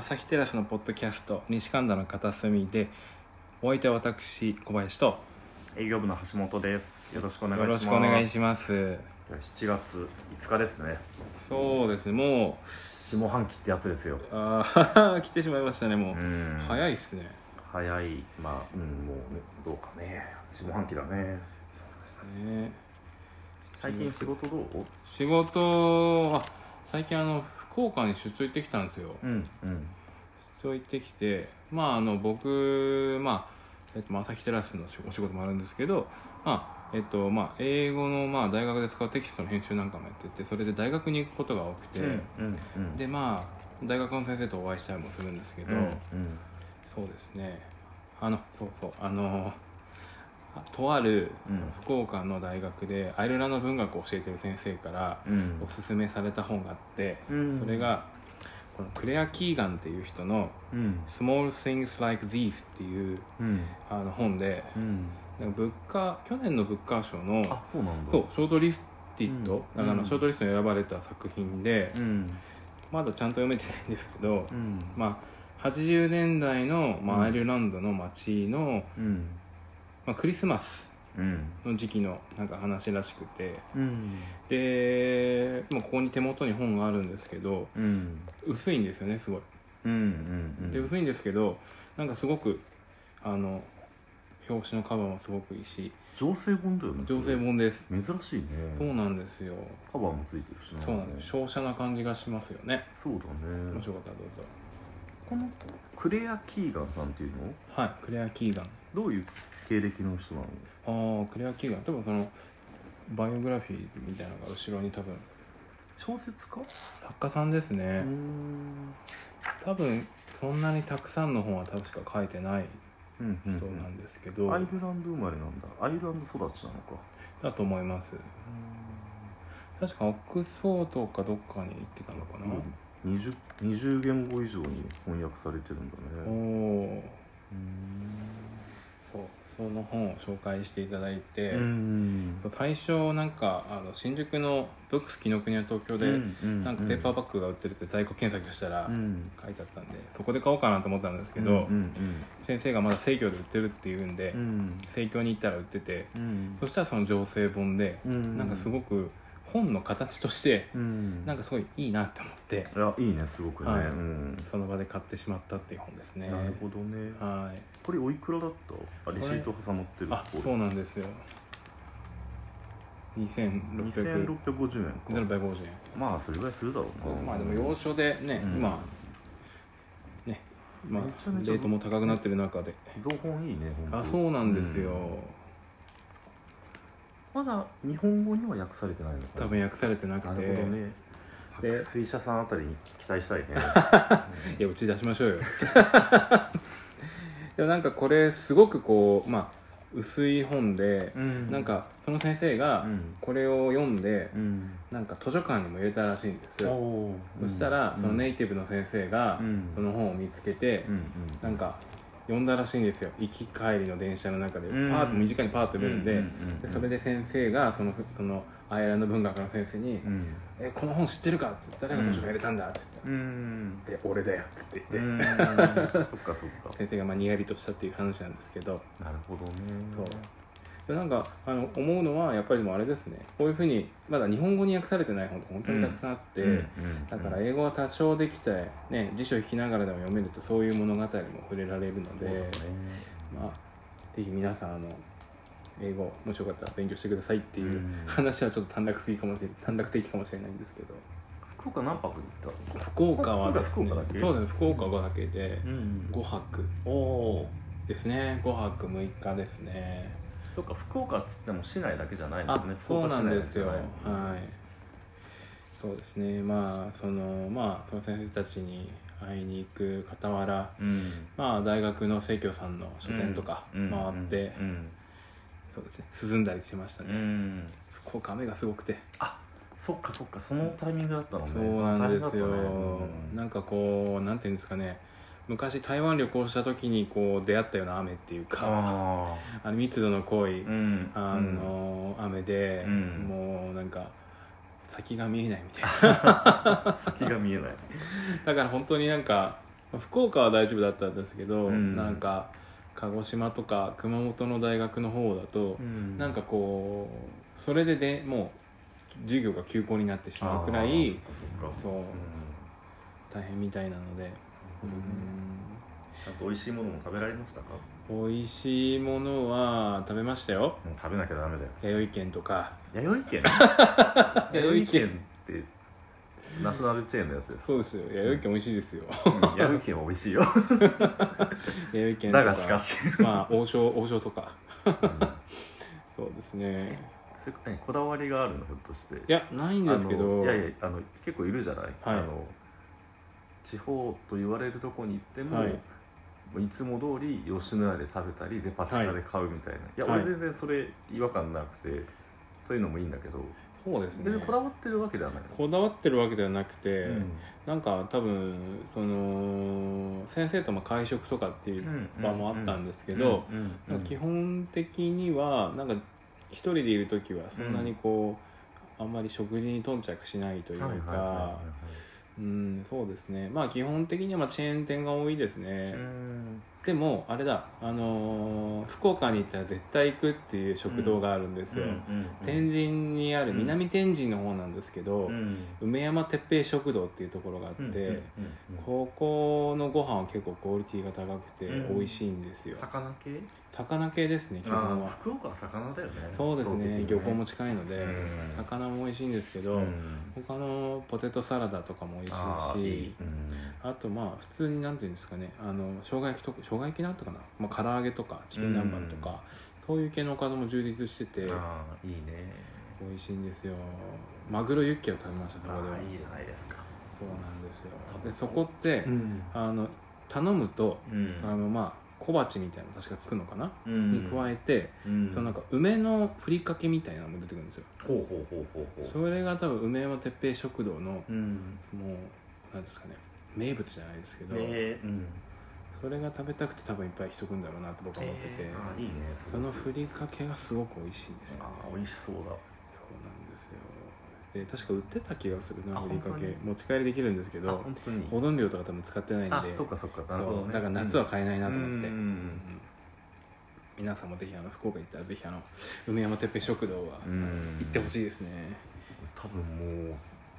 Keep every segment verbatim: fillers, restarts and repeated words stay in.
朝日テラスのポッドキャスト西神田の片隅で、お相手は私小林と営業部の橋本です。よろしくお願いします。 よろしくお願いします。 しちがついつかですね。 そうですね、もう下半期ってやつですよ。 ああ来てしまいましたね。もう、 うん、 早いっすね。 早い。まあ、うん、もう、ね、どうかね、下半期だね。 そうですね。 最近仕事どう？ 仕事は最近あの福岡に出張行ってきたんですよ。 うんうん出張行ってきて、まああの僕まあえっと朝日テラスのお仕事もあるんですけど、まあえっとまあ英語のまあ大学で使うテキストの編集なんかもやってて、それで大学に行くことが多くて、 うんうんうん、 でまあ大学の先生とお会いしたりもするんですけど、 うんうん、 そうですね。あのそうそうあのとある福岡の大学でアイルランド文学を教えてる先生からおすすめされた本があって、うん、それがこのクレア・キーガンっていう人の「Small Things Like These」っていう、うん、あの本で、うん、物価去年の物価賞のあそうなんだ、 そうショートリスティッド、うん、あのショートリストに選ばれた作品で、うん、まだちゃんと読めてないんですけど、うん、まあはちじゅうねんだいの、まあ、アイルランドの街の、うんまあ、クリスマスの時期のなんか話らしくて、うん、で、まあ、ここに手元に本があるんですけど、うん、薄いんですよねすごい、うんうんうん、で薄いんですけどなんかすごくあの表紙のカバーもすごくいいし、 情勢本だよね。 情勢本です。 珍しいね。 そうなんですよ。 カバーもついてるしね。 そうなんです。瀟洒な感じがしますよね。 そうだね。 もしよかったらどうぞ。 このクレア・キーガンさんっていうの？ はい、クレア・キーガン。 どういう経歴の人なの？ああ、クレア・キーガン、多分そのバイオグラフィーみたいなのが後ろに多分小説家？ 作家さんですね。うーん、多分そんなにたくさんの本は確か書いてない人なんですけど、うんうんうん、 アイルランド生まれなんだ。アイルランド育ちなのかだと思います。確かオックスフォードかどっかに行ってたのかな、 うん、にじゅう, にじゅう言語以上に翻訳されてるんだね。おお、 そう、その本を紹介していただいて、うんそう最初なんかあの新宿のブックス紀ノ国屋東京でなんかペーパーバッグが売ってるって在庫検索したら書いてあったんで、そこで買おうかなと思ったんですけど、うんうんうん、先生がまだ生協で売ってるっていうんで、うん、生協に行ったら売ってて、うん、そしたらその情勢本で、うん、なんかすごく本の形として、うん、なんかすごいいいなって思って、 いやいいねすごくね、はい、うん、 その場で買ってしまったっていう本ですね。 なるほどね。 はい。 これおいくらだった？あ、レシート挟まってる。 あ、そうなんですよ。にせんろっぴゃくごじゅうえんか。 にせんろっぴゃくごじゅうえん。 まあそれぐらいするだろうな。 そうです。まあでも要所でね、うん、今ね、まあレートも高くなってる中で。 造本いいね。本当あ、そうなんですよ。 うん、まだ日本語には訳されてないのかな。 多分訳されてなくて。なるほどね。 で水車さんあたりに期待したいね。 いやうち出しましょうよ。でもなんかこれすごくこうまあ薄い本で、うん、なんかその先生がこれを読んで、うん、なんか図書館にも入れたらしいんです、うん、そしたらそのネイティブの先生がその本を見つけて、うん、なんか読んだらしいんですよ。行き帰りの電車の中でパーッと短いにパーッと読めるんで、でそれで先生がそのそのアイルランド文学の先生に「えこの本知ってるか?」って誰が図書館入れたんだって言ったら「え俺だよ」って言ってそっかそっか先生がまあにやりとしたっていう話なんですけど。 なるほどね。 そうなんかあの思うのはやっぱりもうあれですね、こういうふうにまだ日本語に訳されてない本って本当にたくさんあって、うんうんうん、だから英語は多少できて、ね、辞書引きながらでも読めるとそういう物語にも触れられるので、ね、まあ、ぜひ皆さんあの英語もしよかったら勉強してくださいっていう話はちょっと短絡的かもしれない短絡的かもしれないんですけど。 福岡何泊で行ったの？ 福岡はですね、 福岡だけ？ そうですね、福岡だけでごはくですね。ごはくむいかですね。 そうか、福岡っつっても市内だけじゃないのね。 そうなんですよ。はい。そうですね。まあそのまあその先生たちに会いに行く傍ら、うん、まあ大学の生協さんの書店とか回って、うんうんうん、そうですね。涼んだりしましたね。うん、福岡雨がすごくて。 あ、そっかそっか、そのタイミングだったのね。 そうなんですよ。ね、うん、なんかこうなんていうんですかね。昔台湾旅行した時にこう出会ったような雨っていうか、ああの密度の濃い、うん、あの、うん、雨で、うん、もうなんか先が見えないみたいな。 先が見えない。 だから本当になんか福岡は大丈夫だったんですけど、 うん、 なんか鹿児島とか熊本の大学の方だと、うん、なんかこうそれででもう授業が休校になってしまうくらいそう、うん、大変みたいなので、うん、 ちゃんと美味しいものも食べられましたか？ 美味しいものは食べましたよ。 もう食べなきゃダメだよ。 弥生県とか。 弥生県弥生県ってナショナルチェーンのやつですか？ そうですよ。弥生県美味しいですよ。 うん、弥生県は美味しいよ。 弥生県とか。 だがしかしまあ王将王将とか。うん、そうですね。 それ何こだわりがあるのひょっとして？いやないんですけど。 いやいやあの結構いるじゃない。はい、あの地方と言われるとこに行っても、はい、いつも通り吉野家で食べたりデパ地下で買うみたいな、はい、いや、はい、俺全然それ違和感なくてそういうのもいいんだけど。 そうですね。 別にこだわってるわけではない。 こだわってるわけではなくて、うん、なんか多分その先生とも会食とかっていう場もあったんですけど、基本的にはなんか一人でいる時はそんなにこう、うん、あんまり食事に頓着しないというか、うん、そうですね。まあ基本的にはまあチェーン店が多いですね。うんでもあれだ、あのー、福岡に行ったら絶対行くっていう食堂があるんですよ、うんうんうんうん、天神にある南天神の方なんですけど、うん、梅山鉄平食堂っていうところがあって、うんうんうんうん、ここのご飯は結構クオリティが高くて美味しいんですよ、うん、 魚系？ 魚系ですね基本は。 福岡は魚だよね。 そうですね、漁港も近いので、うん、魚も美味しいんですけど、うん、他のポテトサラダとかも美味しいし、いい、うん、あとまあ普通になんていうんですかね、あの生姜焼きとか生姜焼きなんとかな、まあ、唐揚げとかチキン南蛮とか、うん、そういう系のおかずも充実してて、 あいいね、 美味しいんですよ。マグロユッケを食べました。そこでは。 いいじゃないですか。 そうなんですよ。でそこって、うん、あの頼むと、うん、あのまあ小鉢みたいなの確かつくのかな、うん、に加えて、うん、そのなんか梅のふりかけみたいなのも出てくるんですよ。 ほうほうほうほうほう。 それが多分梅山鉄平食堂の、うん、もうなんですかね、名物じゃないですけど、えーうん、それが食べたくて多分いっぱい人来るんだろうなって僕は思ってて、えー、あいいね、 そのふりかけがすごく美味しいんですよ、ね、 あ美味しそうだ。 そうなんですよ。で確か売ってた気がするな、ふりかけ持ち帰りできるんですけど、保存料とか多分使ってないんで、 あそっかそっか、なるほどね、 そうだから夏は買えないなと思って、うんうんうん、皆さんもぜひあの福岡行ったらぜひあの梅山鉄平食堂は行ってほしいですね。 多分もう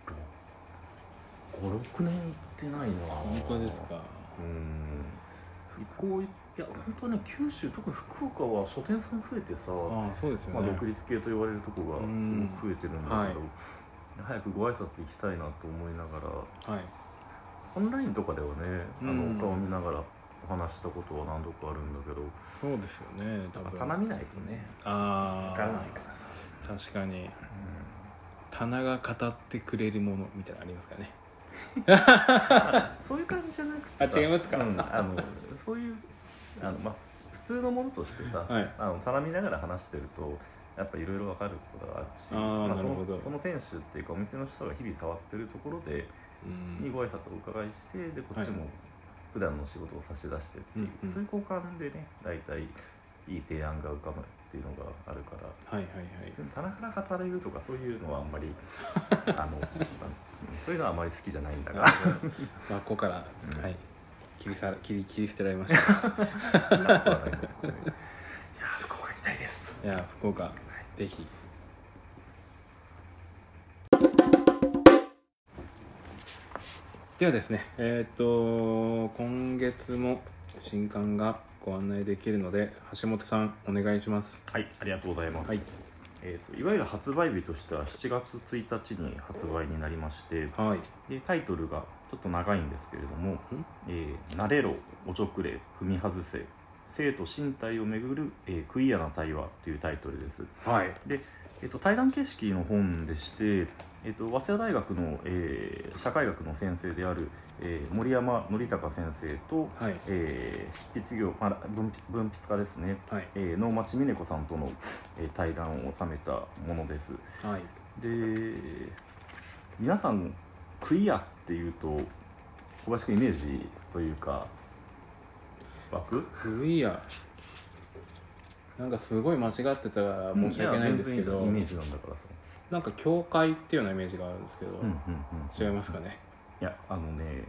ごろくねん行ってないな。 本当ですか？ うん行こう。いや本当ね、九州特に福岡は書店さん増えてさ、 あそうですよね、 まあ、独立系と言われるところがすごく増えてるんだけど、はい、早くご挨拶行きたいなと思いながら、はい、オンラインとかではね、あのお顔見ながらお話したことは何度かあるんだけど、 そうですよね、多分棚見ないとね、 あ分からないからさ。 確かに、うん、棚が語ってくれるものみたいなのありますからね。 そういう感じじゃなくてさ、あ違いますか、 うん、あのそういうあの、まあ、普通のものとしてさ、はい、あの棚見ながら話してるとやっぱいろいろ分かることがあるし、 あ、まあ、その、 その店主っていうかお店の人が日々触ってるところでにご挨拶をお伺いして、でこっちも普段の仕事を差し出してっていう、はい、そういう交換でね大体いい提案が浮かぶっていうのがあるから、はいはいはい、棚から語れるとかそういうのはあんまりあのそういうのはあまり好きじゃないんだが、 まあここから、うん、はい、切りさ切り切り捨てられました。いや福岡行きたいです。 いや福岡、はい、ぜひ。ではですね、えっと今月も新刊がご案内できるので橋本さんお願いします。 はい、ありがとうございます。はい、えーと、いわゆる発売日としてはしちがつついたちに発売になりまして、はい、でタイトルがちょっと長いんですけれども「えー、慣れろおちょくれ踏み外せ生と身体をめぐる、えー、クイアな対話」というタイトルです。はい、で、えーと、対談形式の本でして、えーと、早稲田大学の、えー、社会学の先生である、えー、森山則隆先生と、はい、えー、執筆業、まあ、文, 文筆家ですね、はい、えー、能町みね子さんとの、えー、対談を収めたものです。はい、で皆さんクイアっていうと小林君イメージというか湧く？ クイアなんかすごい間違ってたら申し訳ないんですけど、 うん、イメージなんだからさ、 なんか教会っていうようなイメージがあるんですけど、うんうんうん、違いますかね？ いやあのね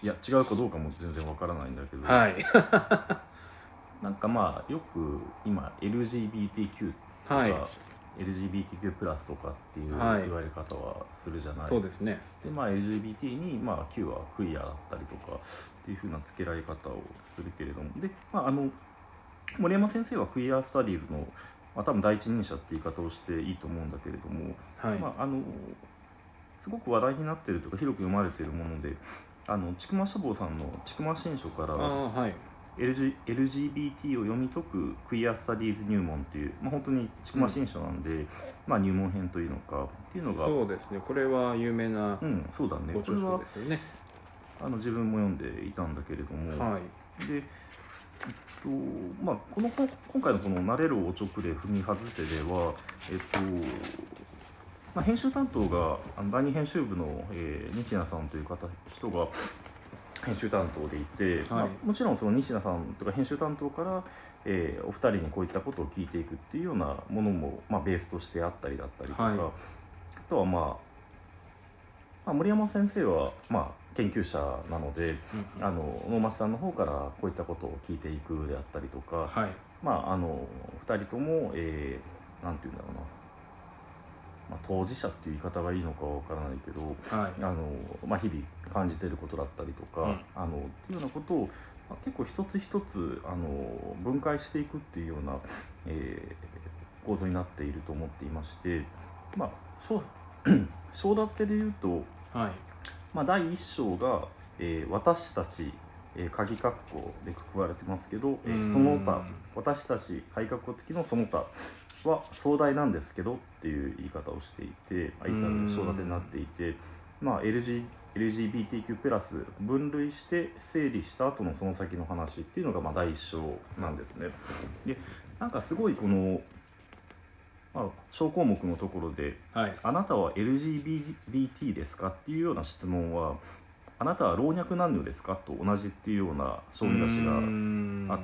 いや違うかどうかも全然わからないんだけど、 はい、 なんかまあよく今 エルジービーティーキュー とか、はい、エルジービーティーキュー プラスとかっていう言われ方はするじゃない、はい、 そうですね。 でまあ エルジービーティー に、まあ、Q はクイアだったりとかっていうふうな付けられ方をするけれども、で、まあ、あの森山先生はクイアスタディーズの、まあ、多分第一人者って言い方をしていいと思うんだけれども、はい、まあ、あのすごく話題になっているとか広く読まれているもので、あの千曲書房さんの千曲新書から、はい、エルジー エルジービーティー を読み解くクイアスタディーズ入門っていう、まあ、本当に千曲新書なんで、うん、まあ、入門編というのかっていうのが、 そうですね、これは有名な、 うん、そうだね、 ご著書ですよね。 あの自分も読んでいたんだけれども、はい、で、えっとまあ、この今回のこの「慣れろおちょくれ踏み外せ」では、えっとまあ、編集担当があのだいに編集部の、えー、西名さんという方人が編集担当でいて、はい、まあ、もちろんその西名さんとか編集担当から、えー、お二人にこういったことを聞いていくっていうようなものも、まあ、ベースとしてあったりだったりとか、はい、あとは、まあ、まあ森山先生は、まあ、研究者なので、うん、あの能町さんの方からこういったことを聞いていくであったりとか、はい、まあ、あのふたりとも、えー、なんていうんだろうな、まあ、当事者っていう言い方がいいのかわからないけど、はい、あのまあ、日々感じていることだったりとか、うん、あのっていうようなことを、まあ、結構一つ一つあの分解していくっていうような、えー、構造になっていると思っていまして、まあ、章立てで言うと、はい、まあ、だいいっ章が、えー、私たち、えー、鍵括弧でくくられてますけど、えー、その他私たち鍵括弧付きのその他は壮大なんですけどっていう言い方をしていて、章立てになっていて、まあ、エルジー エルジービーティーキュー プラス分類して整理した後のその先の話っていうのがまあだいいっ章なんですね。でなんかすごいこの、まあ、小項目のところで、はい、あなたは エルジービーティー ですかっていうような質問は、あなたは老若男女ですかと同じっていうような小見出しがあって、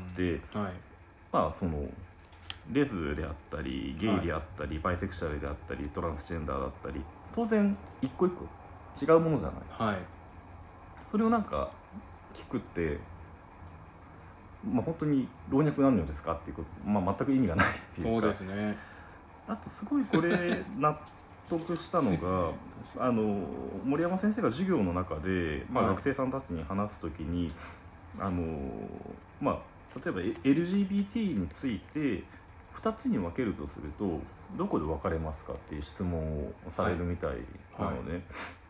はい、まあそのレズであったりゲイであったり、はい、バイセクシャルであったりトランスジェンダーだったり、当然一個一個違うものじゃない、はい、それをなんか聞くって、まあ、本当に老若男女ですかっていうこと、まあ、全く意味がないっていうか、 そうですね。 あとすごいこれ納得したのがあの森山先生が授業の中で、まあ、学生さんたちに話すときに、はい、あのまあ、例えば エルジービーティー についてふたつに分けるとするとどこで分かれますかっていう質問をされるみたいなので、はいはい、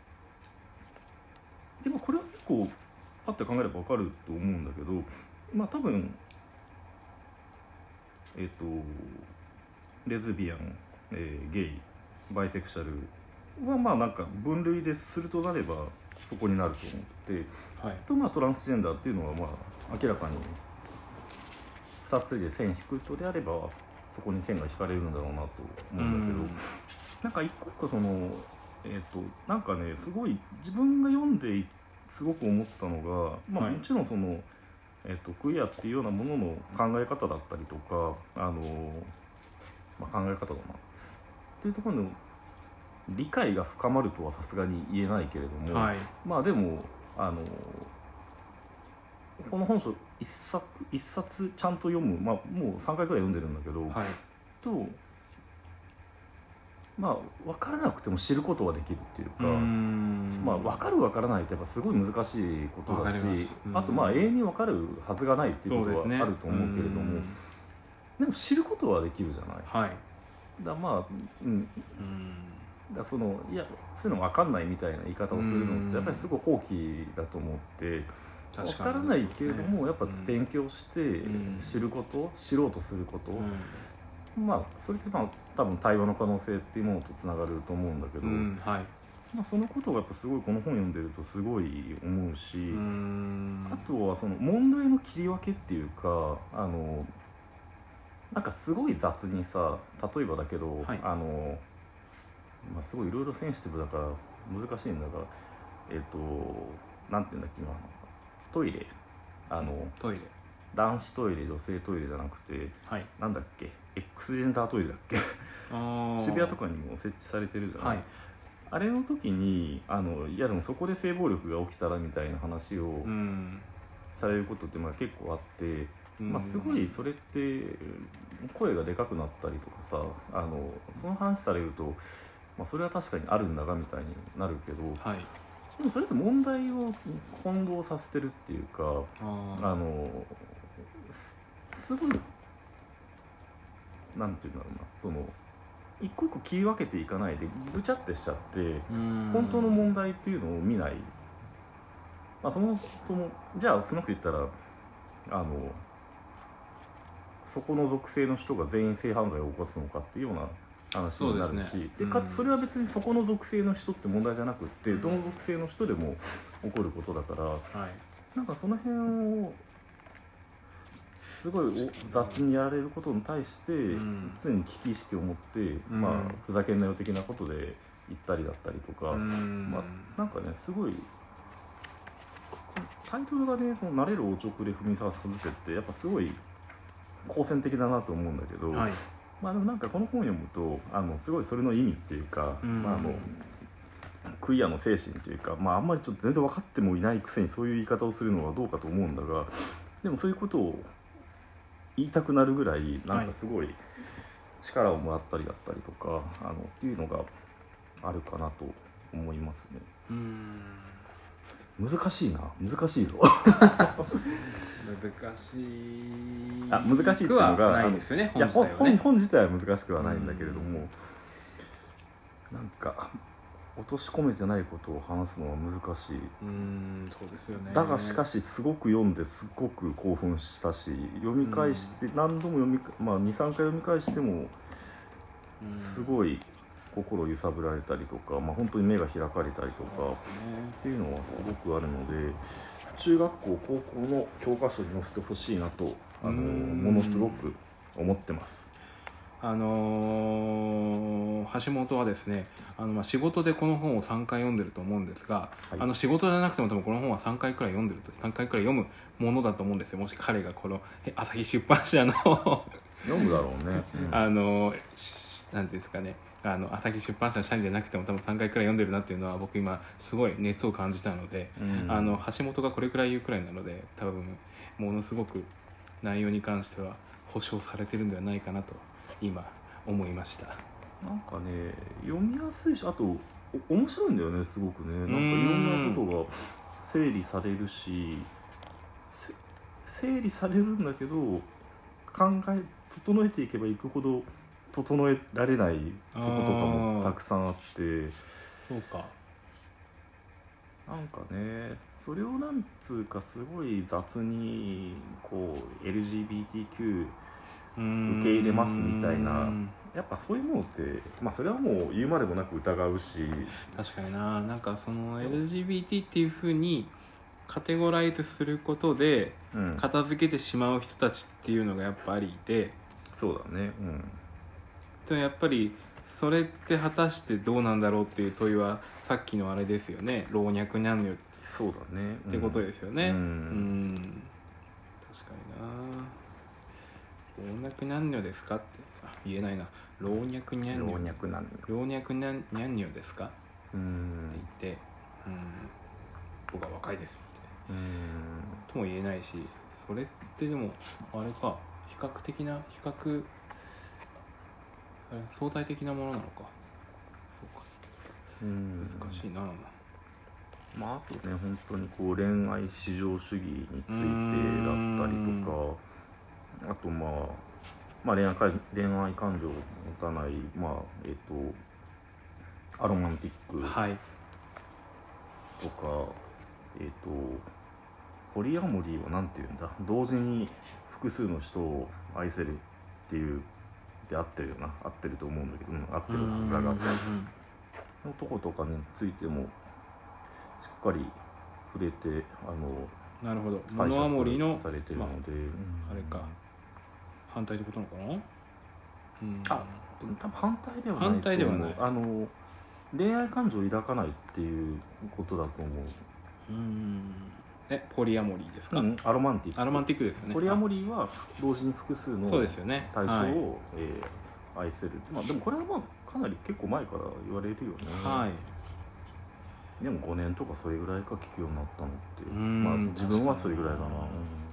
でもこれは結構パッて考えれば分かると思うんだけど、まあ多分えっとレズビアン、えー、ゲイ、バイセクシャルはまあなんか分類でするとなればそこになると思って、はい、とまあトランスジェンダーっていうのはまあ明らかにふたつで線引くとであればそこに線が引かれるんだろうなと思うんだけど、うん、なんか一個一個そのえっとなんかねすごい自分が読んですごく思ったのが、まあ、はい、もちろんその、えっと、クイアっていうようなものの考え方だったりとかあの、まあ、考え方だなっていうところの理解が深まるとはさすがに言えないけれども、はい、まあでもあのこの本書一冊一冊ちゃんと読む、まあ、もうさんかいくらい読んでるんだけど、はい、とまあ分からなくても知ることができるっていうか、うーん、まあ、分かる分からないってやっぱすごい難しいことだし、あとまあ永遠に分かるはずがないっていうことはあると思うけれども、で,、ね、でも知ることはできるじゃない、はい、だまあ、うん、うんだそのいやそういうの分かんないみたいな言い方をするのってやっぱりすごい放棄だと思って。分からないけれども、ね、やっぱ勉強して知ること、うん、知ろうとすること、うん、まあそれってまあ多分対話の可能性っていうものとつながると思うんだけど、うん、はい、まあ、そのことがやっぱすごいこの本読んでるとすごい思うし、うん、あとはその問題の切り分けっていうかあのなんかすごい雑にさ例えばだけど、はい、あのまあ、すごいいろいろセンシティブだから難しいんだがえっとなんていうんだっけ今トイレあのトイレ男子トイレ女性トイレじゃなくて、はい、なんだっけ X ジェンダートイレだっけ渋谷とかにも設置されてるじゃない、はい、 あれの時にあのいやでもそこで性暴力が起きたらみたいな話をされることってまあ結構あって、うん、まあ、すごいそれって声がでかくなったりとかさ、あのその話されると、まあ、それは確かにあるんだがみたいになるけど、 はい、 でもそれって問題を混同させてるっていうか、ああの す, すごいなんていうんだろうな、その一個一個切り分けていかないでぐちゃってしちゃって本当の問題っていうのを見ない、まあ、そのそのじゃあその人言ったらあのそこの属性の人が全員性犯罪を起こすのかっていうような話になるし、で、ね、かつそれは別にそこの属性の人って問題じゃなくって、うん、どの属性の人でも起こることだから、はい、なんかその辺をすごい雑にやられることに対して、うん、常に危機意識を持って、うん、まあふざけんなよ的なことで言ったりだったりとか、うん、まあなんかねすごいタイトルがねその慣れるおちょくれ踏み外せってやっぱすごい好戦的だなと思うんだけど、はい、まあでもなんかこの本読むとあのすごいそれの意味っていうか、うん、まああのクイアの精神というか、まああんまりちょっと全然分かってもいないくせにそういう言い方をするのはどうかと思うんだが、でもそういうことを言いたくなるぐらいなんかすごい力をもらったりだったりとか、はい、あのっていうのがあるかなと思いますね。うーん、難しいな、難しいぞ難しいあ難しいっていうのがないですよね、 本自体はね。いや 本, 本自体は難しくはないんだけれども、なんか落とし込めてないことを話すのは難しい。 うーん、そうですよね。 だがしかしすごく読んですごく興奮したし、読み返して何度も読み、まあ、にさんかい読み返してもすごい心揺さぶられたりとか、まあ、本当に目が開かれたりとかっていうのはすごくあるので、中学校高校の教科書に載せてほしいなとあのものすごく思ってます。 あのー、橋本はですね、あのまあ仕事でこの本をさんかい読んでると思うんですが、はい、あの仕事じゃなくても多分この本はさんかいくらい読んでるとさんかいくらい読むものだと思うんですよ。もし彼がこの朝日出版社の読むだろうね、 うん、あのなんていうんですかね、あの朝日出版社の社員じゃなくても多分さんかいくらい読んでるなっていうのは僕今すごい熱を感じたので、うん、あの橋本がこれくらい言うくらいなので多分ものすごく内容に関しては保証されてるんではないかなと今思いました。 なんかね読みやすいし、あと面白いんだよね、すごくね。なんかいろんなことが整理されるし、整理されるんだけど考え整えていけばいくほど整えられないとことかもたくさんあって、 そうか、 なんかねそれをなんつうかすごい雑にこう エルジービーティーキュー 受け入れますみたいな、やっぱそういうものって、まあ、それはもう言うまでもなく疑うし、 確かにな、なんかその エルジービーティー っていう風にカテゴライズすることで片付けてしまう人たちっていうのがやっぱりいて、うん、 そうだね、うん、 でもやっぱりそれって果たしてどうなんだろうっていう問いはさっきのあれですよね、老若男女そうだね、 ってことですよね。うん、うん、確かにな。老若男女ですかって言えないな。老若男女老若男女老若男女ですかうんって言って、うん、僕は若いですってうんとも言えないし、それってでもあれか、比較的な比較相対的なものなのか。そうか、 うん難しいな。 まあ、あとね本当にこう恋愛至上主義についてだったりとか、あとまあまあ、恋愛恋愛感情を持たない、まあえー、とアロマンティックとか、はい、えー、とポリアモリーはなんていうんだ、同時に複数の人を愛せるっていうで合ってるよな、合ってると思うんだけど、うん、合ってるはずだが、のとことかについてもしっかり触れて、あのなるほど、モノアモリのされてるので、まあ、あれか反対ってことなのかな。 うん、あ、多分反対ではないと思う。 反対ではない。 あの恋愛感情を抱かないっていうことだと思う。 うーん。え、ポリアモリーですか？ うん、アロマンティック。 アロマンティックですよね。 ポリアモリーは同時に複数のそうですよね。 対象を、はい、えー、愛せる。まあでもこれはまあかなり結構前から言われるよね。 はい。 でもごねんとかそれぐらいか聞くようになったのっていう、まあ自分はそれぐらいだな。うん、うん、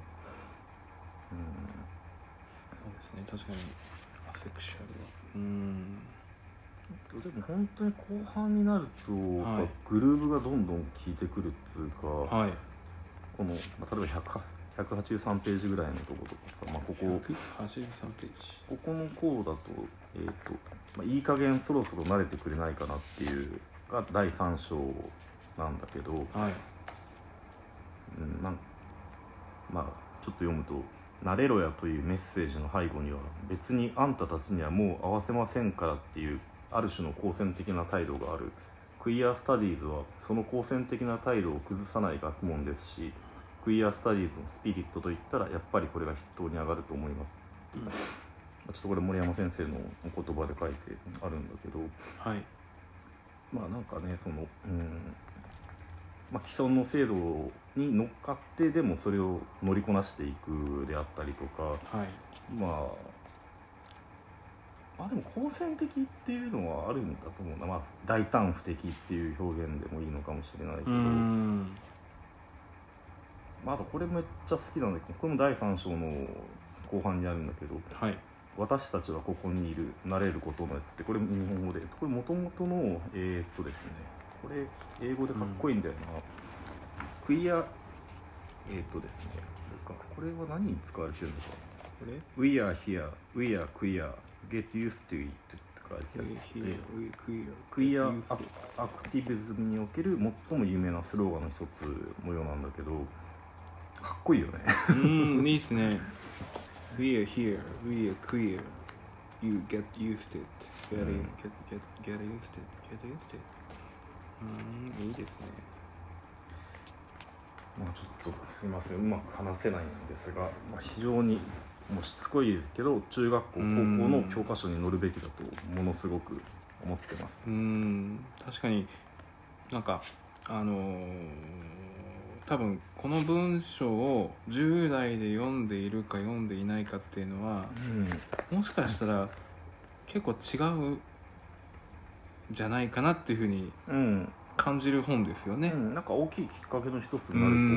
そうですね、確かにアセクシュアルはうんでも本当に後半になると、はい、グルーヴがどんどん効いてくるっつうか、はい、この、まあ、例えばひゃくひゃくはちじゅうさんページぐらいのとことかさ、まあ、ここひゃくはちじゅうさんページここの項だと、えーとまあ、いい加減そろそろ慣れてくれないかなっていうがだいさん章なんだけど、はい、うん、なんまあちょっと読むと「慣れろや」というメッセージの背後には別にあんたたちにはもう合わせませんからっていうある種の好戦的な態度がある。クイアスタディーズはその好戦的な態度を崩さない学問ですし、クイアスタディーズのスピリットといったらやっぱりこれが筆頭に上がると思います、うん、ちょっとこれ森山先生の言葉で書いてあるんだけど、はい、まあなんかねその、うんまあ、既存の制度に乗っかってでもそれを乗りこなしていくであったりとか、はい、まあまあでも好戦的っていうのはあるんだと思うな、まあ、大胆不敵っていう表現でもいいのかもしれないけど、うんまあ、あとこれめっちゃ好きなんだけど、これもだいさん章の後半にあるんだけど、はい、私たちはここにいる、慣れることなって、これ日本語で、これもともとのえー、っとですねこれ英語でかっこいいんだよな、うん、クイアえー、っとですねこれは何に使われてるのか、これ We are here, we are queer, get used to it って書いてあって、クイアアクティビズムにおける最も有名なスローガンの一つのようなんだけど、かっこいいよね。 うんいいっすね。We are here, we are queer, you get used to it, get, in, get, get, get used to it, get used to it うんいいですね。 まあちょっとすいませんうまく話せないんですが、まあ、非常にもうしつこいけど中学校高校の教科書に載るべきだとものすごく思ってます。 うん確かになんかあのー、多分この文章をじゅう代で読んでいるか読んでいないかっていうのは、うん、もしかしたら結構違うんじゃないかなっていうふうに感じる本ですよね、 うんうん、なんか大きいきっかけの一つになると思うな。うん、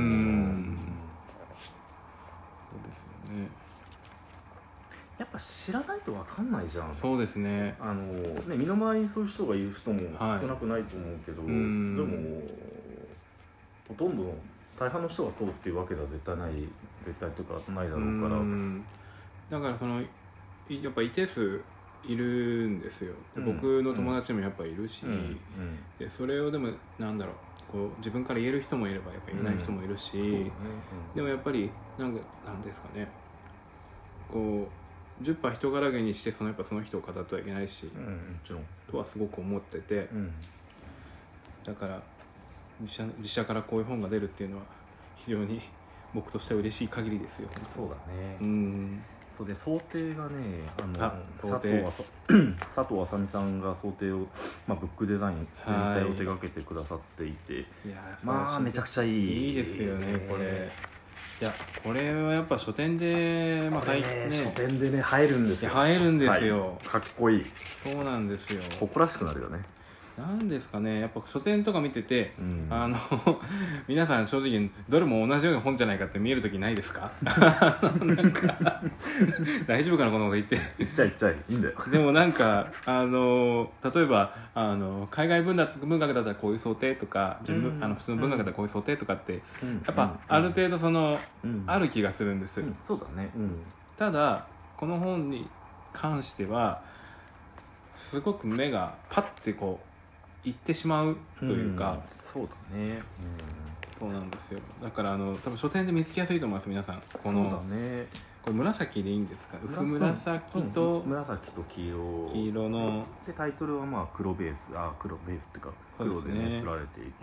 そうですよね。 やっぱ知らないと分かんないじゃん。 そうですね。 あのね身の回りにそういう人がいる人も少なくないと思うけど、はい、でもほとんどの大半の人がそうっていうわけでは絶対ない絶対とかないだろうから。 うんだからそのやっぱ一定数いるんですよ。で、うん、僕の友達もやっぱいるし、うんうん、でそれをでもなんだろうこう自分から言える人もいればやっぱ言えない人もいるし、うんねうん、でもやっぱりなんかなんですかねこうじゅっパーセント人柄げにしてそのやっぱその人を語ってはいけないし、うん、もちろんとはすごく思ってて、うん、だから自社、自社からこういう本が出るっていうのは非常に僕としては嬉しい限りですよ。 そうだね。うんそうで想定がねあのあ佐藤佐藤あさみさんが想定を、まあ、ブックデザイン全体を手掛けてくださっていて、いやまあめちゃくちゃいいいいですよねこれ。いやこれはやっぱ書店で、まあねね、書店でね入るんですよ。 入るんですよ、はい、 かっこいい。 そうなんですよ。 誇らしくなるよね。 なんですかねやっぱ書店とか見てて、うん、あの皆さん正直どれも同じような本じゃないかって見えるときないですか？なんか大丈夫かなこのこと言って言っちゃいっちゃいいいんだよ。 でもなんかあの例えばあの海外文学文学だったらこういう想定とか自分、うん、あの普通の文学だったらこういう想定とかって、うん、やっぱある程度その、うん、ある気がするんです、うん、 そうだね、うん、 ただこの本に関してはすごく目がパッてこう行ってしまうというか、うん、 そうだね、 うん、そうなんですよ。だからあの多分書店で見つけやすいと思います皆さん。このそうだね。 これ紫でいいんですか？薄紫と、 うん、紫と黄色黄色のでタイトルはまあ黒ベースあ黒ベースっていうか黒でねすられていて、うん、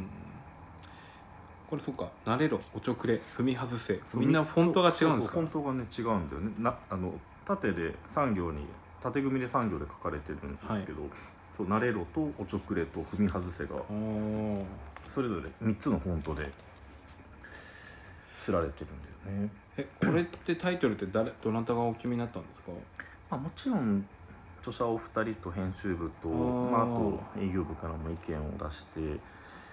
これそうか慣れろおちょくれ踏み外せみんなフォントが違うんですか？ フォントがね違うんだよね。なあの縦でさん行に縦組みでさん行で書かれてるんですけど、はい、そう慣れろとおちょくれと踏み外せがそれぞれみっつのフォントですられてるんだよね。 えこれってタイトルって誰どなたがお決めになったんですか？ まあ、もちろん著者お二人と編集部と、まあ、あと営業部からも意見を出して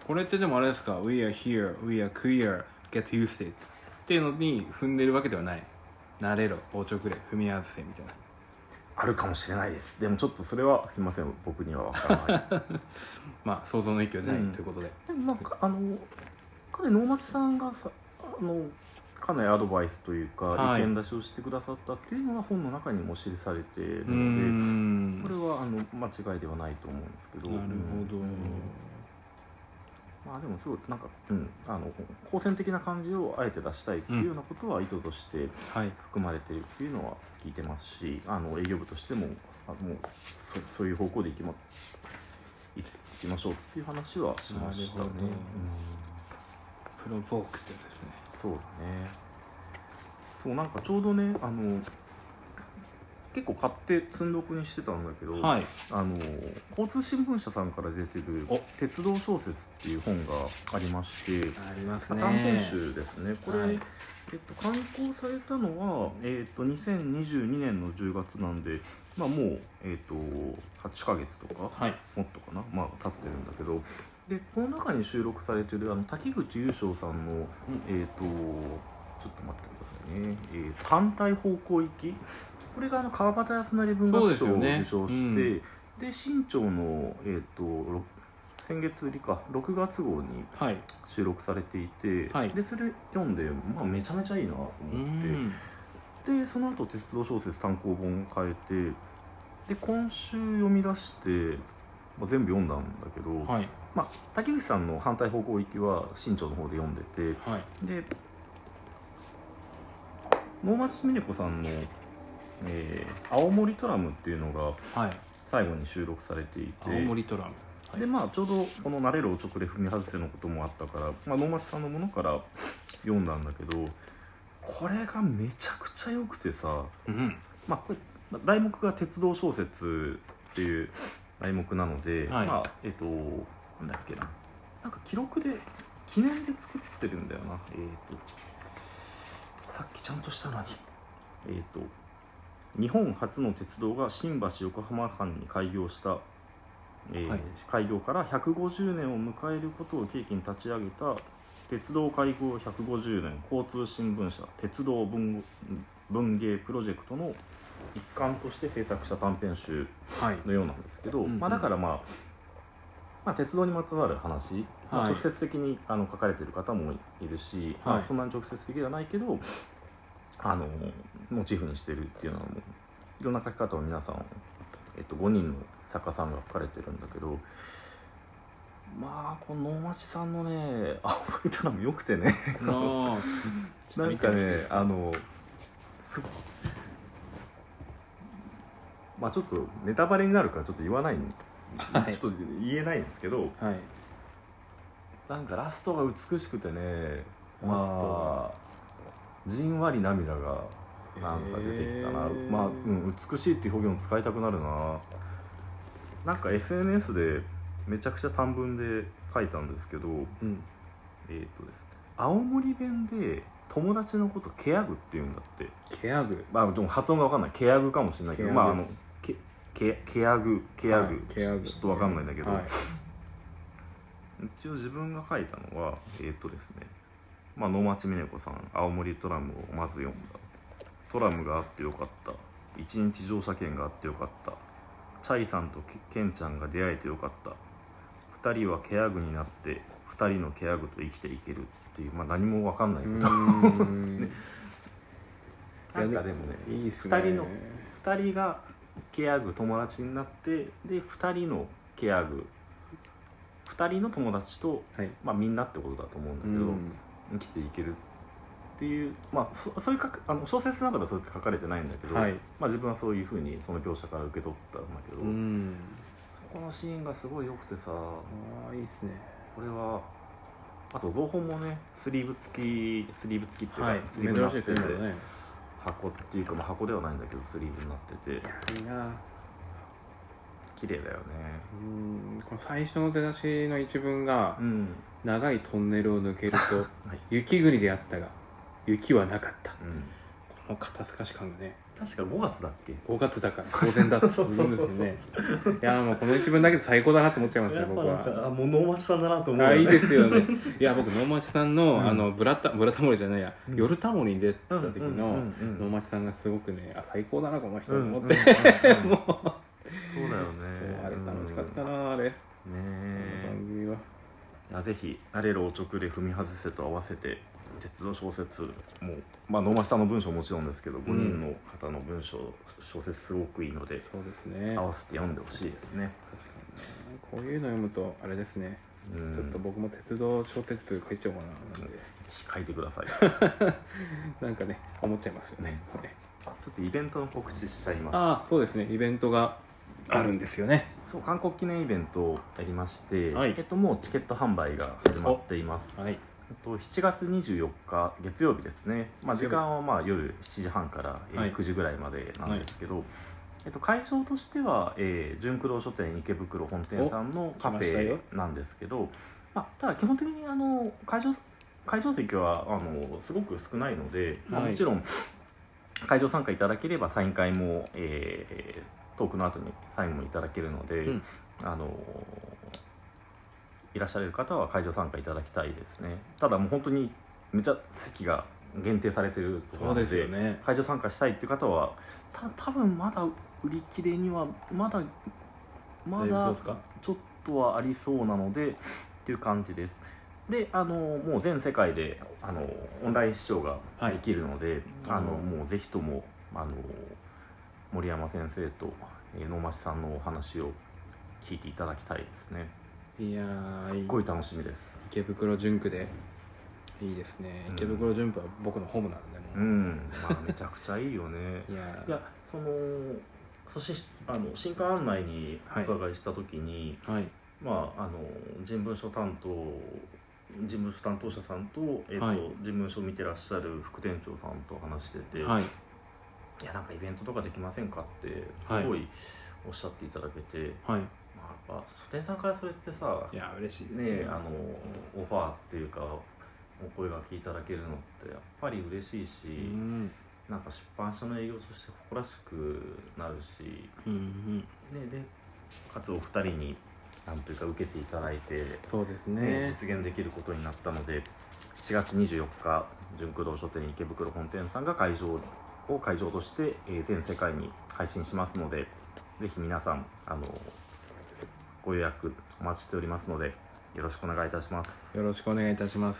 これってでもあれですか We are here, we are queer, get used to it っていうのに踏んでるわけではない。慣れろ、おちょくれ、踏み外せみたいな。 あるかもしれないです。でもちょっとそれはすみません、僕には分からないまあ想像の域は出ない、うん、ということで。 でもなんかあのかなり能町さんがさあのかなりアドバイスというか、はい、意見出しをしてくださったっていうのが本の中にも記されているので、これはあの間違いではないと思うんですけど。 なるほど、うん、 まあでもすごいなんか、うん、あの好戦的な感じをあえて出したいっていうようなことは意図として含まれているっていうのは聞いてますし、あの営業部としてもあもう そ, そういう方向でいきまいきましょうっていう話はしましたね。うん、 プロボークってですね。 そうだね。そうなんかちょうどねあの結構買って積んどくにしてたんだけど、はい、あの交通新聞社さんから出てる「鉄道小説」っていう本がありまして、 ありますね、 短編集ですね。これ、はい、えっと、刊行されたのは、えっと、にせんにじゅうにねんのじゅうがつなんで、まあ、もう、えっと、はちかげつとか、はい、もっとかな、まあ、経ってるんだけど、でこの中に収録されてるあの滝口優勝さんの、うん、えっとちょっと待ってくださいね、えー、反対方向行き、これがあの川端康成文学賞を受賞して、ね、うん、で新潮の、えー、と先月売りかろくがつ号に収録されていて、はい、でそれ読んで、まあ、めちゃめちゃいいなと思って、うん、でその後鉄道小説単行本を変えて、で今週読み出して、まあ、全部読んだんだけど、はい、まあ、滝口さんの反対方向行きは新潮の方で読んでて、はい、で能町みね子さんのえー、青森トラムっていうのが最後に収録されていて、はい、 青森トラム、 はい、でまあちょうどこの「慣れろおちょくれ踏み外せ」のこともあったから、まあ、能町さんのものから読んだんだけど、これがめちゃくちゃ良くてさ、うん、まあこれ題目が鉄道小説っていう題目なので、はい、まあえっ、ー、となんだっけな、なんか記録で記念で作ってるんだよな、えっ、ー、とさっきちゃんとしたのにえっ、ー、と日本初の鉄道が新橋横浜間に開業した、えーはい、開業からひゃくごじゅうねんを迎えることを契機に立ち上げた鉄道開業ひゃくごじゅうねん交通新聞社鉄道 文, 文芸プロジェクトの一環として制作した短編集のようなんですけど、はい、まあ、だから、まあまあ、鉄道にまつわる話、はい、まあ、直接的にあの書かれている方もいるし、はい、まあ、そんなに直接的ではないけどあのモチーフにしてるっていうのはもういろんな書き方を皆さん、えっと、ごにんの作家さんが書かれてるんだけど、まあこの能町さんのね青森トラムよくてねなんかねあのまあちょっとネタバレになるからちょっと言わない、はい、ちょっと言えないんですけど、はい、なんかラストが美しくてね、まあじんわり涙がなんか出てきたな、えー、まあ、うん、美しいっていう表現を使いたくなるな。なんか エスエヌエス でめちゃくちゃ短文で書いたんですけど、うん、えーとですね、青森弁で友達のことケヤグって言うんだって。 ケヤグ、 まあでも発音が分かんない、ケヤグかもしれないけど、まああのケケケヤグケヤグ、はい、ケヤグちょっと分かんないんだけど、はい、一応自分が書いたのはえーとですね、まあ、能町みね子さん青森トラムをまず読んだ。トラムがあってよかった。一日乗車券があってよかった。チャイさんとケンちゃんが出会えてよかった。二人はケヤグになって二人のケヤグと生きていけるっていう、まあ、何も分かんないけどね、なんかでもね、いいっすね、二人の二人がケヤグ友達になって、で二人のケヤグ二人の友達と、はい、まあ、みんなってことだと思うんだけど、うん、生きていけるっていう、まあ、そそういうかあの小説の中ではそうやって書かれてないんだけど、はい、まあ、自分はそういうふうにその描写から受け取ったんだけど、うん、そこのシーンがすごい良くてさ、 あ、いいですね。 これはあと造本もねスリーブ付きスリーブ付きっていうか、はい、 スリーブになってて、ね、 箱っていうか、まあ、箱ではないんだけどスリーブになってて、 いいな、 綺麗だよね。 うん、この最初の出だしの一文が、うん、長いトンネルを抜けると、はい、雪国であったが雪はなかった、うん、こもう肩透かし感がね、 確かごがつだっけ。 ごがつだから当然だって言うんですよね。いやもうこの一文だけで最高だなって思っちゃいますね僕は。 あもう能町さんだなと思う、ね、 あいいですよね。いや僕能町さんの、うん、あのブラタブラタモリじゃないや、うん、夜タモリに出てた時の能町さんがすごくね、あ最高だなこの人と思って、もうそうだよね。 そうあれ楽しかったなあれねえ番組は。 いやぜひ「なれるおちょくれ踏み外せ」と合わせて鉄道小説もう、まあ、能町さんの文章もちろんですけど、ごにんの方の文章小説すごくいいので、 そうですね、 合わせて読んでほしいですね。 確かにね、こういうの読むとあれですね、うん、ちょっと僕も鉄道小説部書いちゃおうかななんで書いてくださいなんかね思っちゃいますよね、 うん、ちょっとイベントの告知しちゃいます。 ああそうですね、イベントがあるんですよね。 そう韓国記念イベントをやりまして、 はい、 えっと、もうチケット販売が始まっています。 はい、 えっと、しちがつにじゅうよっか月曜日ですね、まあ、時間はまあ夜しちじはんからくじぐらいまでなんですけど、はい、えっと、会場としては、えー、純駆動書店池袋本店さんのカフェなんですけど、まあ、ただ基本的にあの会場会場席はあのすごく少ないので、まあ、もちろん会場参加いただければサイン会も、えートークの後にサインもいただけるので、うん、あのいらっしゃる方は会場参加いただきたいですね。ただもう本当にめちゃ席が限定されてるところなの で, そうですよ、ね、 会場参加したいっていう方はた多分まだ売り切れにはまだまだちょっとはありそうなのでっていう感じです。であのもう全世界であのオンライン視聴ができるので、はい、あのもうぜひともあの森山先生と能町さんのお話を聞いていただきたいですね。 いやーすっごい楽しみです。 池袋純区でいいですね、うん、池袋純区は僕のホームなんでもう、 うんまあ、めちゃくちゃいいよねいやいやそのそしてあの新刊案内にお伺いした時に、はいはい、まああの人文書担当人文書担当者さんと、えーとはい、人文書を見てらっしゃる副店長さんと話してて、はい、いやなんかイベントとかできませんかってすごいおっしゃっていただけて、はい、まあ、やっぱ書店さんからそれってさ、 いや嬉しいですね、 ね、あのオファーっていうかお声がけいただけるのってやっぱり嬉しいし、うん、なんか出版社の営業として誇らしくなるし、うんうん、ね、でかつお二人になんというか受けていただいて、 そうですね、 ね、実現できることになったので、しちがつにじゅうよっか純駆動書店池袋本店さんが会場を会場として、えー、全世界に配信しますので、ぜひ皆さんあのご予約お待ちしておりますのでよろしくお願いいたします。 よろしくお願いいたします。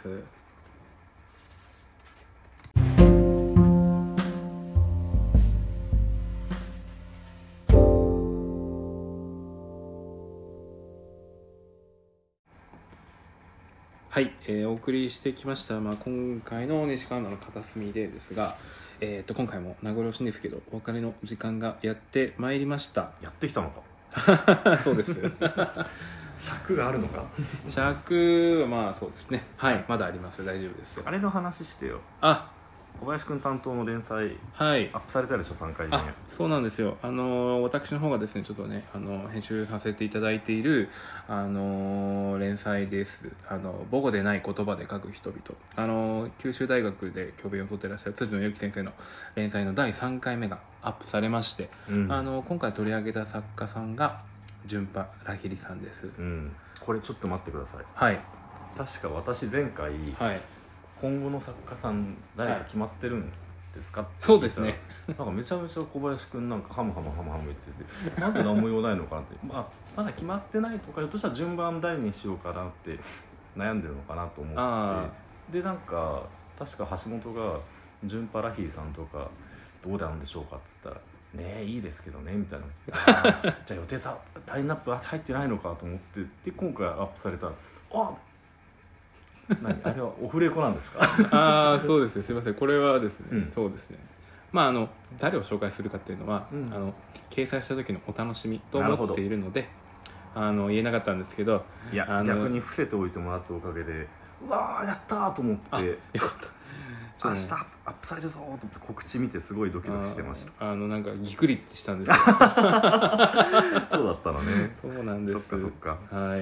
はい、えー、お送りしてきました、まあ、今回の西川の片隅でですが、えー、と今回も名残惜しいんですけどお別れの時間がやってまいりました。 やってきたのかそうです尺があるのか尺はまあそうですね、はいまだあります、大丈夫です。 あれの話してよ。 あ小林くん担当の連載、 はい、 アップされたでしょさんかいめ。 あそうなんですよ。あの私の方がですねちょっとねあの編集させていただいているあの連載です。あの母語でない言葉で書く人々、あの九州大学で教鞭をとっていらっしゃる辻野由紀先生の連載のだいさんかいめがアップされまして、うん、あの今回取り上げた作家さんが純波ラヒリさんです、 うん、これちょっと待ってください。 はい確か私前回、はい、今後の作家さん誰か決まってるんですか、はい、 そうですね。 なんかめちゃめちゃ小林くんなんかハムハムハムハム言っててなんで何も言わないのかなってまあ、まだ決まってないとかひょっとしたら順番誰にしようかなって悩んでるのかなと思ってでなんか確か橋本が純波ラヒーさんとかどうなんでしょうかって言ったらねえいいですけどねみたいなじゃあ予定さラインナップ入ってないのかと思ってで今回アップされたらあ何あれはオフレコなんですかああそうですね、すいません、これはですね、うん、そうですね、まああの誰を紹介するかっていうのは、うん、あの掲載した時のお楽しみと思っているのであの言えなかったんですけど、 いやあの逆に伏せておいてもらったおかげでうわーやったーと思ってよかった明日アップされるぞーと思って告知見てすごいドキドキしてました。 あのなんかギクリってしたんですよそうだったのね。 そうなんです。 そっかそっか。 はい。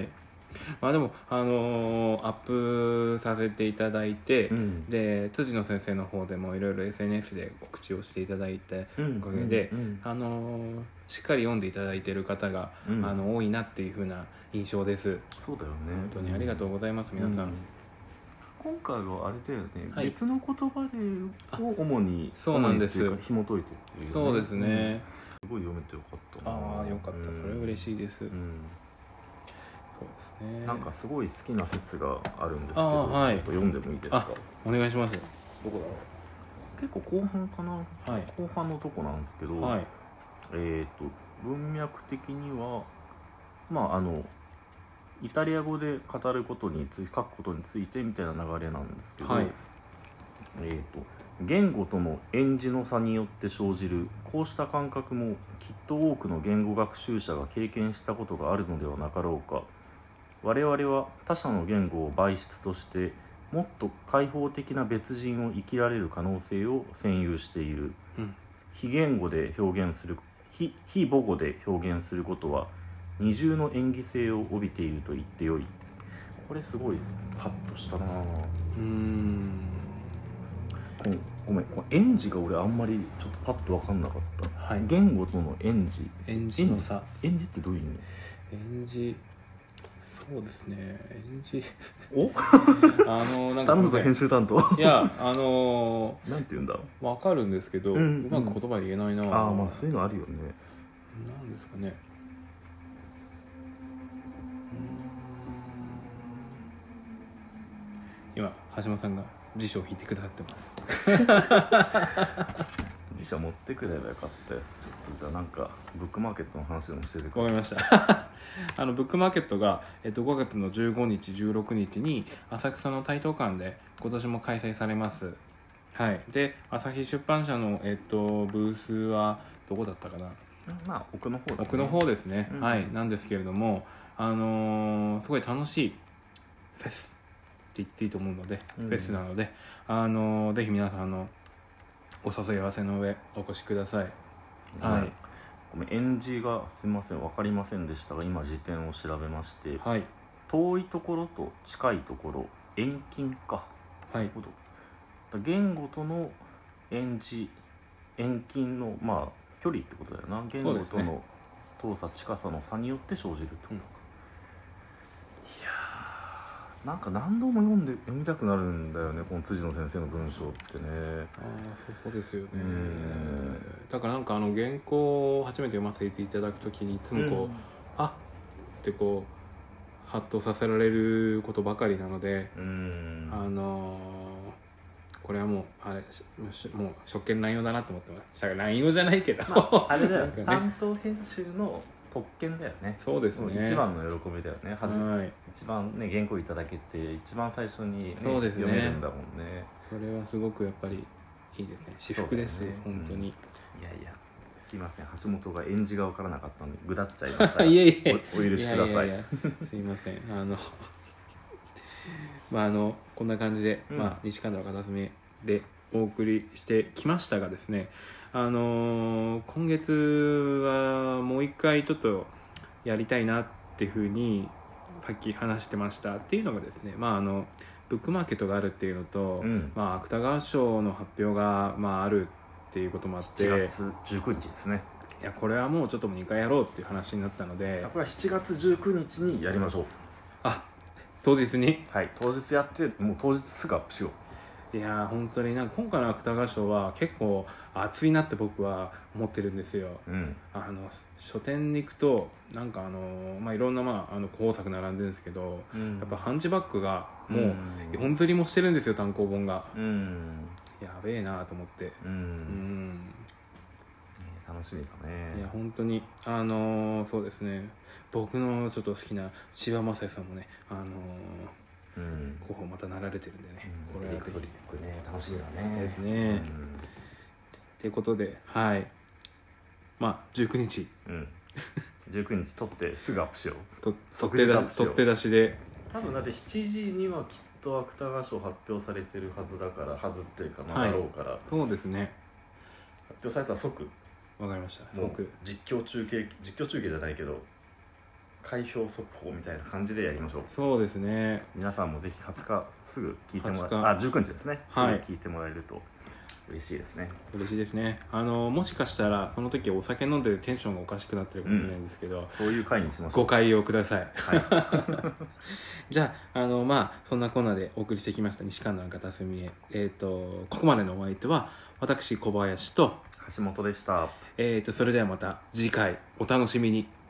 まあでも、あのー、アップさせていただいて、うん、で辻野先生の方でもいろいろ エスエヌエス で告知をしていただいておかげで、うんうんうん、あのー、しっかり読んでいただいている方が、うん、あの多いなっていう風な印象です。 そうだよね。 本当にありがとうございます、うん、皆さん。 今回はあれだよね、はい、別の言葉でを主にそうなんです紐解いてる、 ね、そうですね、 うん、すごい読めてよかったな。 ああよかった、うん、それは嬉しいです、うん、そうですね。 なんかすごい好きな説があるんですけど、はい、ちょっと読んでもいいですか。 お願いします。どこだろう。結構後半かな、はい、後半のとこなんですけど、はい、えっと文脈的にはまああのイタリア語で語ることについて書くことについてみたいな流れなんですけど、はい、えーと、言語との演じの差によって生じるこうした感覚もきっと多くの言語学習者が経験したことがあるのではなかろうか。我々は他者の言語を媒質としてもっと開放的な別人を生きられる可能性を占有している、うん、非言語で表現する 非, 非母語で表現することは二重の演技性を帯びていると言ってよい。これすごいパッとしたな。うーんこのごめん、この演技が俺あんまりちょっとパッと分かんなかった、はい、言語との演技演技の差。 演技ってどういう意味？ 演技、そうですね、演技おあのなんか頼むぞ編集担当。 いやあのー、なんて言うんだ分かるんですけど、うんうん、うまく言葉で言えないな。 ああまあそういうのあるよね。 なんですかね。今橋本さんが辞書を引いてくださってます辞書持ってくればよかったよ。ちょっとじゃあなんかブックマーケットの話でもしててくれ。 わかりましたあのブックマーケットが、えっと、ごがつのじゅうごにちじゅうろくにちに浅草の台東館で今年も開催されます。はい、で朝日出版社の、えっと、ブースはどこだったかな。 まあ奥の方だね。 奥の方ですね、うん、はい、なんですけれども、あのー、すごい楽しいフェスって言っていいと思うので、うん、フェスなので、あのー、ぜひ皆さんあのお誘い合わせの上お越しください。はい、 ごめん、演じがすみません分かりませんでしたが今辞典を調べまして、 はい、 遠いところと近いところ遠近か、 はい、 言語との演じ遠近のまあ距離ってことだよな。言語との遠さ、近さの差によって生じるってことか、うん、いやーなんか何度も読んで読みたくなるんだよねこの辻野先生の文章ってね。 ああそうですよね。だからなんかあの原稿を初めて読ませていただくときにいつもこう、うん、あってこうハッとさせられることばかりなので、うん、あのーこれはもうあれもう職権乱用だなと思ってます。乱用じゃないけど、 まあ、あれだよ、ね、担当編集の特権だよね。 そうですね。 一番の喜びだよね。はじはい、一番ね原稿いただけて一番最初に、ね、 そうですね、 読めるんだもんね。 それはすごくやっぱりいいですね。至福です、ね、本当に、うん。いやいやすいません橋本が演じが分からなかったのでぐだっちゃいましたいえいえお, お許しください。いやいやいやすいませんあのまああのこんな感じで、うん、まあ西神田の片隅でお送りしてきましたがですね、あのー、今月はもう一回ちょっとやりたいなっていうふうにさっき話してましたっていうのがですね、まああのブックマーケットがあるっていうのと、うん、まあ芥川賞の発表が、まあ、あるっていうこともあってしちがつじゅうくにちですね。 いやこれはもうちょっとにかいやろうっていう話になったので、 これはしちがつじゅうくにちにやりましょう。 あ当日にはい当日やってもう当日すぐアップしよう。 いや本当になんか今回の芥川賞は結構熱いなって僕は思ってるんですよ、うん、あの書店に行くとなんかあの、まあ、いろんな、まあ、あの候補作並んでるんですけど、うん、やっぱハンチバックがもうよん釣りもしてるんですよ単行本が、うん、やべえなと思って、うんうん、 楽しみだね。 いや本当にあのそうですね僕のちょっと好きな千葉雅也さんもねあのうん、候補またなられてるんでね、 うん、これはぜひこれね楽しみだねですね。と、うん、いうことではいまあじゅうくにち、うん、 じゅうくにち撮ってすぐアップしよう。 と取ってだ取って出しで多分だってしちじにはきっと芥川賞発表されてるはずだからはずっていうかまだろうから、はい、 そうですね発表されたら即わかりました即実況中継実況中継じゃないけど開票速報みたいな感じでやりましょう。 そうですね。 皆さんもぜひはつかすぐ聞いてもらえあじゅうくにちですね、はい、すぐ聞いてもらえると嬉しいですね。 嬉しいですね。あのもしかしたらその時お酒飲んでテンションがおかしくなってるかもしれないんですけど、うん、 そういう回にしましょう。 ご解用ください、はい、じゃあ、あのまあそんなコーナーでお送りしてきました西観覧片隅へ、えーとここまでのお相手は私小林と橋本でした。 えーとそれではまた次回お楽しみに。